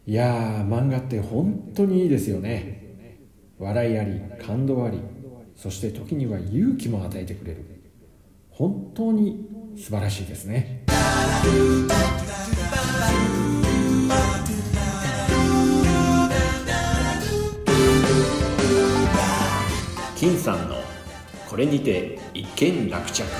いやー、漫画って本当にいいですよね。笑いあり、感動あり、そして時には勇気も与えてくれる。本当に素晴らしいですね。 金さんのこれにて一件落着。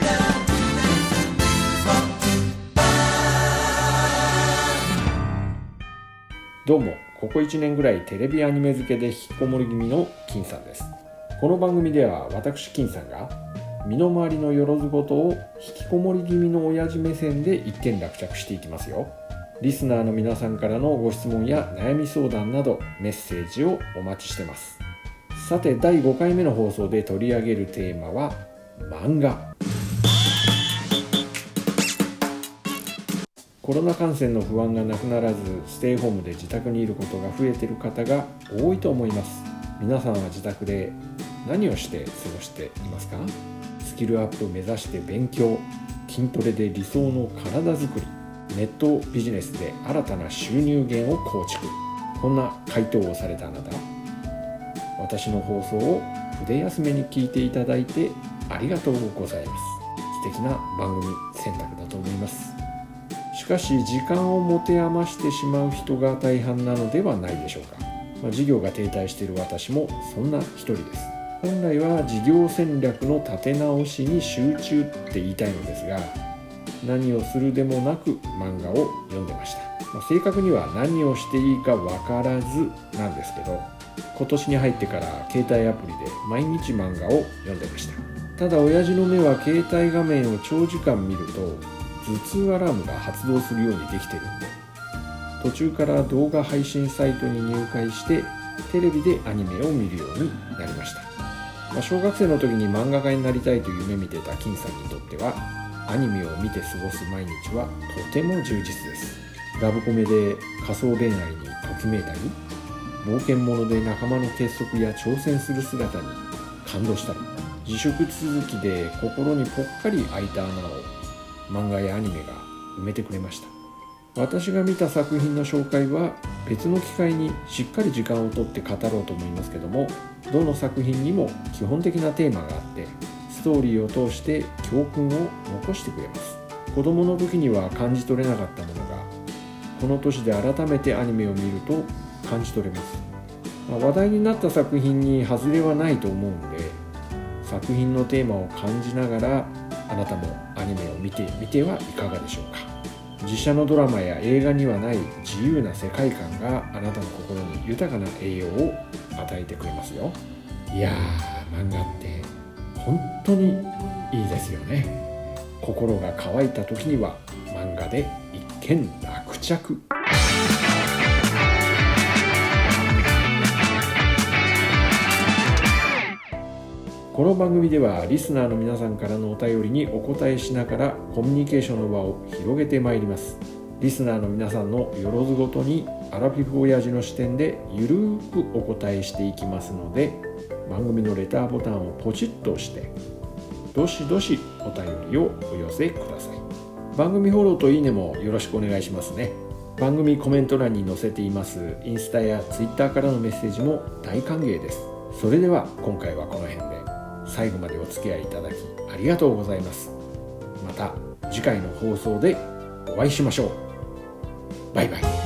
どうも、ここ1年ぐらいテレビアニメ漬けで引きこもり気味の金さんです。この番組では私金さんが身の回りのよろずごとを引きこもり気味の親父目線で一件落着していきますよ。リスナーの皆さんからのご質問や悩み相談などメッセージをお待ちしてます。さて、第5回目の放送で取り上げるテーマは漫画。コロナ感染の不安がなくならず、ステイホームで自宅にいることが増えている方が多いと思います。皆さんは自宅で何をして過ごしていますか？スキルアップを目指して勉強、筋トレで理想の体づくり、ネットビジネスで新たな収入源を構築。こんな回答をされたあなた、私の放送を筆休めに聞いていただいてありがとうございます。素敵な番組選択だと思います。しかし時間を持て余してしまう人が大半なのではないでしょうか。事業が停滞している私もそんな一人です。本来は事業戦略の立て直しに集中って言いたいのですが、何をするでもなく漫画を読んでました。正確には何をしていいか分からずなんですけど、今年に入ってから携帯アプリで毎日漫画を読んでました。ただ親父の目は携帯画面を長時間見ると頭痛アラームが発動するようにできてるんで、途中から動画配信サイトに入会してテレビでアニメを見るようになりました。小学生の時に漫画家になりたいと夢見ていた金さんにとっては、アニメを見て過ごす毎日はとても充実です。ラブコメで仮想恋愛にときめいたり、冒険者で仲間の結束や挑戦する姿に感動したり、自粛続きで心にぽっかり開いた穴を漫画やアニメが埋めてくれました。私が見た作品の紹介は別の機会にしっかり時間をとって語ろうと思いますけども、どの作品にも基本的なテーマがあってストーリーを通して教訓を残してくれます。子供の時には感じ取れなかったものがこの年で改めてアニメを見ると感じ取れます。話題になった作品に外れはないと思うんで、作品のテーマを感じながらあなたもアニメを見てみてはいかがでしょうか。実写のドラマや映画にはない自由な世界観があなたの心に豊かな栄養を与えてくれますよ。いやー、漫画って本当にいいですよね。心が乾いた時には漫画で一件落着。この番組ではリスナーの皆さんからのお便りにお答えしながらコミュニケーションの輪を広げてまいります。リスナーの皆さんのよろずごとにアラフィフ親父の視点でゆるーくお答えしていきますので、番組のレターボタンをポチッと押してどしどしお便りをお寄せください。番組フォローといいねもよろしくお願いしますね。番組コメント欄に載せていますインスタやツイッターからのメッセージも大歓迎です。それでは今回はこの辺で、最後までお付き合いいただきありがとうございます。また次回の放送でお会いしましょう。バイバイ。